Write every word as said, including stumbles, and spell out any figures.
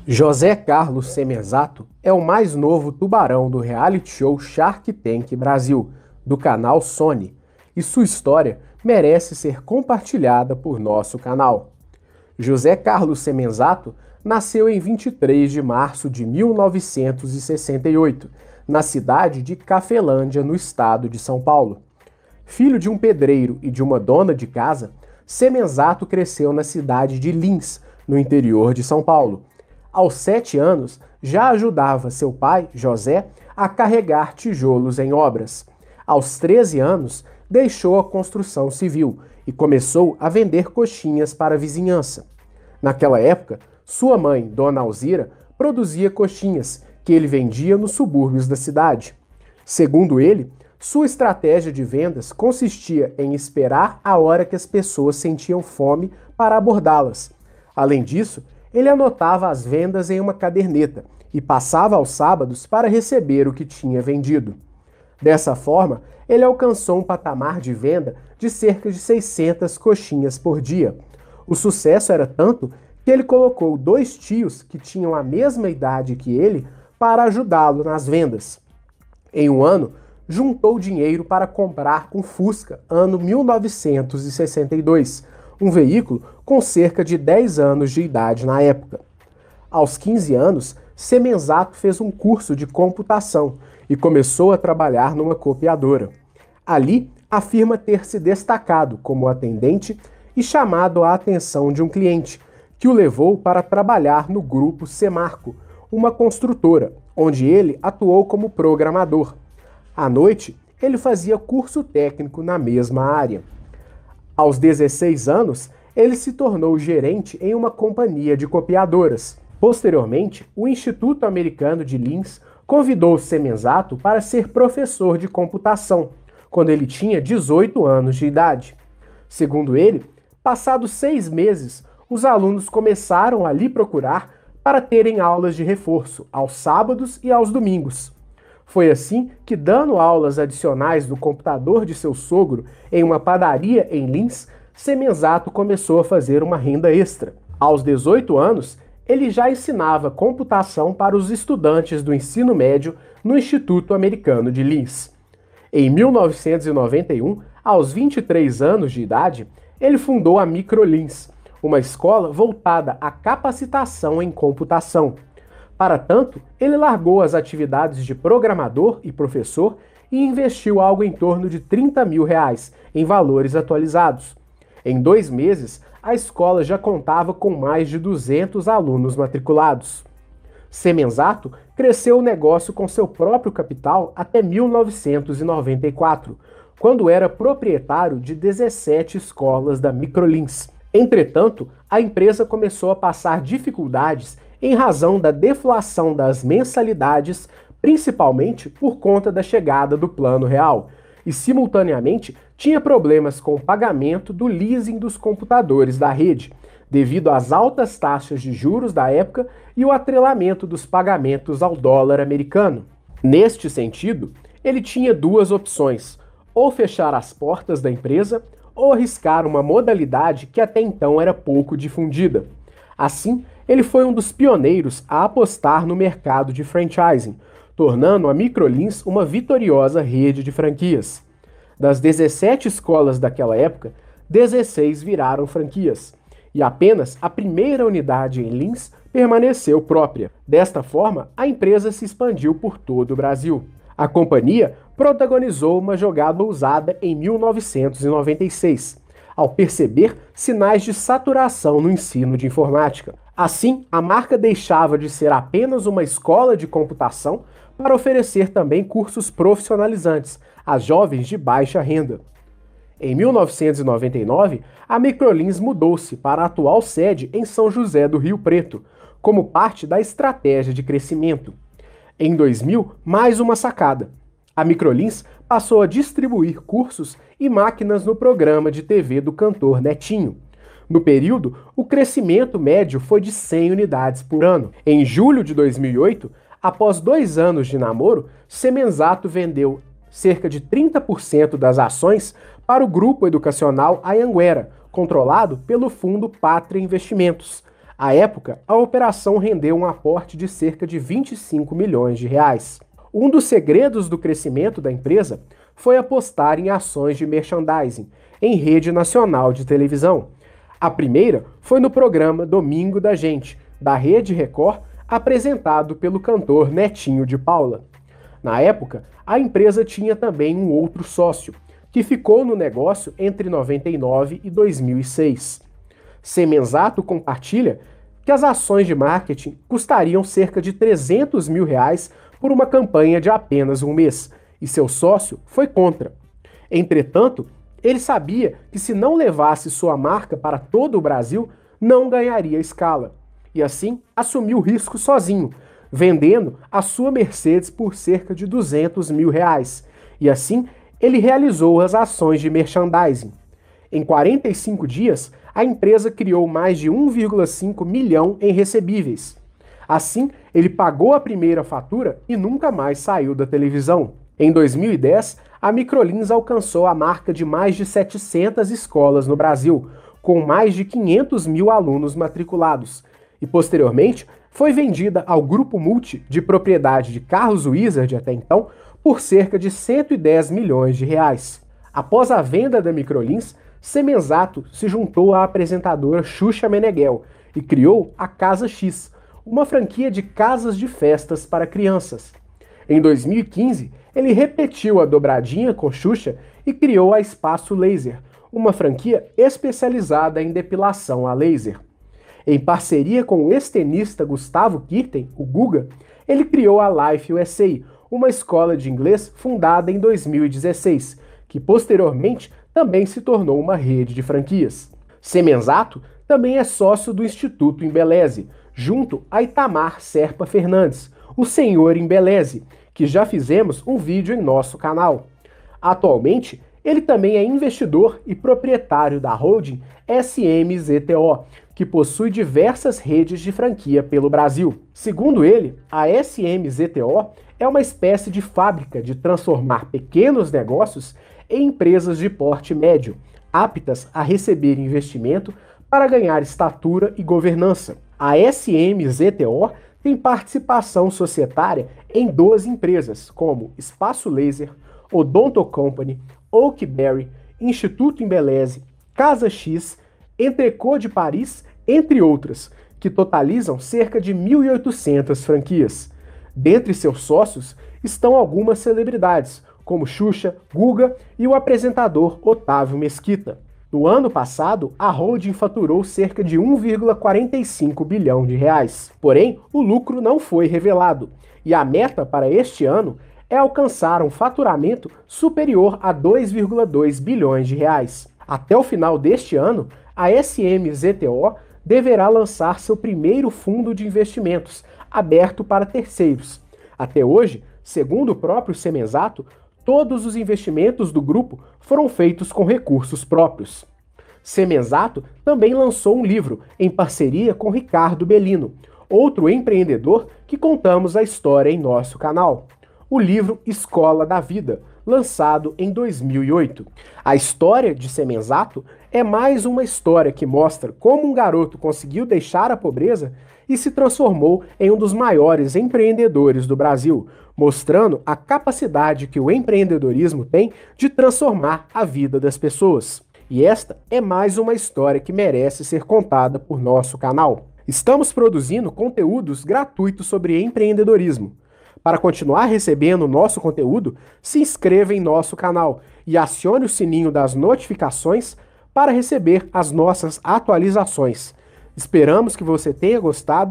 José Carlos Semenzato é o mais novo tubarão do reality show Shark Tank Brasil, do canal Sony, e sua história merece ser compartilhada por nosso canal. José Carlos Semenzato nasceu em vinte e três de março de mil novecentos e sessenta e oito, na cidade de Cafelândia, no estado de São Paulo. Filho de um pedreiro e de uma dona de casa, Semenzato cresceu na cidade de Lins, no interior de São Paulo. Aos sete anos, já ajudava seu pai, José, a carregar tijolos em obras. Aos treze anos, deixou a construção civil e começou a vender coxinhas para a vizinhança. Naquela época, sua mãe, Dona Alzira, produzia coxinhas que ele vendia nos subúrbios da cidade. Segundo ele, sua estratégia de vendas consistia em esperar a hora que as pessoas sentiam fome para abordá-las. Além disso, ele anotava as vendas em uma caderneta e passava aos sábados para receber o que tinha vendido. Dessa forma, ele alcançou um patamar de venda de cerca de seiscentas coxinhas por dia. O sucesso era tanto que ele colocou dois tios que tinham a mesma idade que ele para ajudá-lo nas vendas. Em um ano, juntou dinheiro para comprar um Fusca, ano mil novecentos e sessenta e dois, um veículo com cerca de dez anos de idade na época. Aos quinze anos, Semenzato fez um curso de computação e começou a trabalhar numa copiadora. Ali, afirma ter se destacado como atendente e chamado a atenção de um cliente, que o levou para trabalhar no grupo Semarco, uma construtora, onde ele atuou como programador. À noite, ele fazia curso técnico na mesma área. Aos dezesseis anos, ele se tornou gerente em uma companhia de copiadoras. Posteriormente, o Instituto Americano de Lins convidou Semenzato para ser professor de computação, quando ele tinha dezoito anos de idade. Segundo ele, passados seis meses, os alunos começaram a lhe procurar para terem aulas de reforço, aos sábados e aos domingos. Foi assim que, dando aulas adicionais no computador de seu sogro em uma padaria em Lins, Semenzato começou a fazer uma renda extra. Aos dezoito anos, ele já ensinava computação para os estudantes do ensino médio no Instituto Americano de Lins. Em mil novecentos e noventa e um, aos vinte e três anos de idade, ele fundou a Microlins, uma escola voltada à capacitação em computação. Para tanto, ele largou as atividades de programador e professor e investiu algo em torno de trinta mil reais, em valores atualizados. Em dois meses, a escola já contava com mais de duzentos alunos matriculados. Semenzato cresceu o negócio com seu próprio capital até mil novecentos e noventa e quatro, quando era proprietário de dezessete escolas da Microlins. Entretanto, a empresa começou a passar dificuldades em razão da deflação das mensalidades, principalmente por conta da chegada do Plano Real, e simultaneamente tinha problemas com o pagamento do leasing dos computadores da rede, devido às altas taxas de juros da época e o atrelamento dos pagamentos ao dólar americano. Neste sentido, ele tinha duas opções: ou fechar as portas da empresa, ou arriscar uma modalidade que até então era pouco difundida. Assim, ele foi um dos pioneiros a apostar no mercado de franchising, tornando a Microlins uma vitoriosa rede de franquias. Das dezessete escolas daquela época, dezesseis viraram franquias, e apenas a primeira unidade em Lins permaneceu própria. Desta forma, a empresa se expandiu por todo o Brasil. A companhia protagonizou uma jogada ousada em mil novecentos e noventa e seis, ao perceber sinais de saturação no ensino de informática. Assim, a marca deixava de ser apenas uma escola de computação para oferecer também cursos profissionalizantes a jovens de baixa renda. Em mil novecentos e noventa e nove, a Microlins mudou-se para a atual sede em São José do Rio Preto, como parte da estratégia de crescimento. Em dois mil, mais uma sacada. A Microlins passou a distribuir cursos e máquinas no programa de T V do cantor Netinho. No período, o crescimento médio foi de cem unidades por ano. Em julho de dois mil e oito, após dois anos de namoro, Semenzato vendeu cerca de trinta por cento das ações para o grupo educacional Anhanguera, controlado pelo fundo Pátria Investimentos. À época, a operação rendeu um aporte de cerca de vinte e cinco milhões de reais. Um dos segredos do crescimento da empresa foi apostar em ações de merchandising em rede nacional de televisão. A primeira foi no programa Domingo da Gente, da Rede Record, apresentado pelo cantor Netinho de Paula. Na época, a empresa tinha também um outro sócio, que ficou no negócio entre noventa e nove e dois mil e seis. Semenzato compartilha que as ações de marketing custariam cerca de trezentos mil reais por uma campanha de apenas um mês, e seu sócio foi contra. Entretanto, ele sabia que se não levasse sua marca para todo o Brasil, não ganharia escala, e assim assumiu o risco sozinho, vendendo a sua Mercedes por cerca de duzentos mil reais, e assim ele realizou as ações de merchandising. Em quarenta e cinco dias, a empresa criou mais de um vírgula cinco milhão em recebíveis. Assim, ele pagou a primeira fatura e nunca mais saiu da televisão. Em dois mil e dez, a Microlins alcançou a marca de mais de setecentas escolas no Brasil, com mais de quinhentos mil alunos matriculados, e posteriormente foi vendida ao Grupo Multi, de propriedade de Carlos Wizard até então, por cerca de cento e dez milhões de reais. Após a venda da Microlins, Semenzato se juntou à apresentadora Xuxa Meneghel e criou a Casa X, uma franquia de casas de festas para crianças. Em dois mil e quinze, ele repetiu a dobradinha com Xuxa e criou a Espaço Laser, uma franquia especializada em depilação a laser. Em parceria com o ex-tenista Gustavo Kirten, o Guga, ele criou a Life U S A, uma escola de inglês fundada em dois mil e dezesseis, que posteriormente também se tornou uma rede de franquias. Semenzato também é sócio do Instituto Embeleze, junto a Itamar Serpa Fernandes, o senhor Embeleze, que já fizemos um vídeo em nosso canal. Atualmente, ele também é investidor e proprietário da holding S M Z T O, que possui diversas redes de franquia pelo Brasil. Segundo ele, a S M Z T O é uma espécie de fábrica de transformar pequenos negócios em empresas de porte médio, aptas a receber investimento para ganhar estatura e governança. A S M Z T O tem participação societária em doze empresas, como Espaço Laser, Odonto Company, Oakberry, Instituto Embeleze, Casa X, Entrecô de Paris, entre outras, que totalizam cerca de mil e oitocentas franquias. Dentre seus sócios estão algumas celebridades, como Xuxa, Guga e o apresentador Otávio Mesquita. No ano passado, a holding faturou cerca de um vírgula quarenta e cinco bilhão de reais. Porém, o lucro não foi revelado, e a meta para este ano é alcançar um faturamento superior a dois vírgula dois bilhões de reais. Até o final deste ano, a S M Z T O deverá lançar seu primeiro fundo de investimentos, aberto para terceiros. Até hoje, segundo o próprio Semenzato, todos os investimentos do grupo foram feitos com recursos próprios. Semenzato também lançou um livro em parceria com Ricardo Bellino, outro empreendedor que contamos a história em nosso canal. O livro Escola da Vida, lançado em dois mil e oito. A história de Semenzato é mais uma história que mostra como um garoto conseguiu deixar a pobreza e se transformou em um dos maiores empreendedores do Brasil, mostrando a capacidade que o empreendedorismo tem de transformar a vida das pessoas. E esta é mais uma história que merece ser contada por nosso canal. Estamos produzindo conteúdos gratuitos sobre empreendedorismo. Para continuar recebendo nosso conteúdo, se inscreva em nosso canal e acione o sininho das notificações para receber as nossas atualizações. Esperamos que você tenha gostado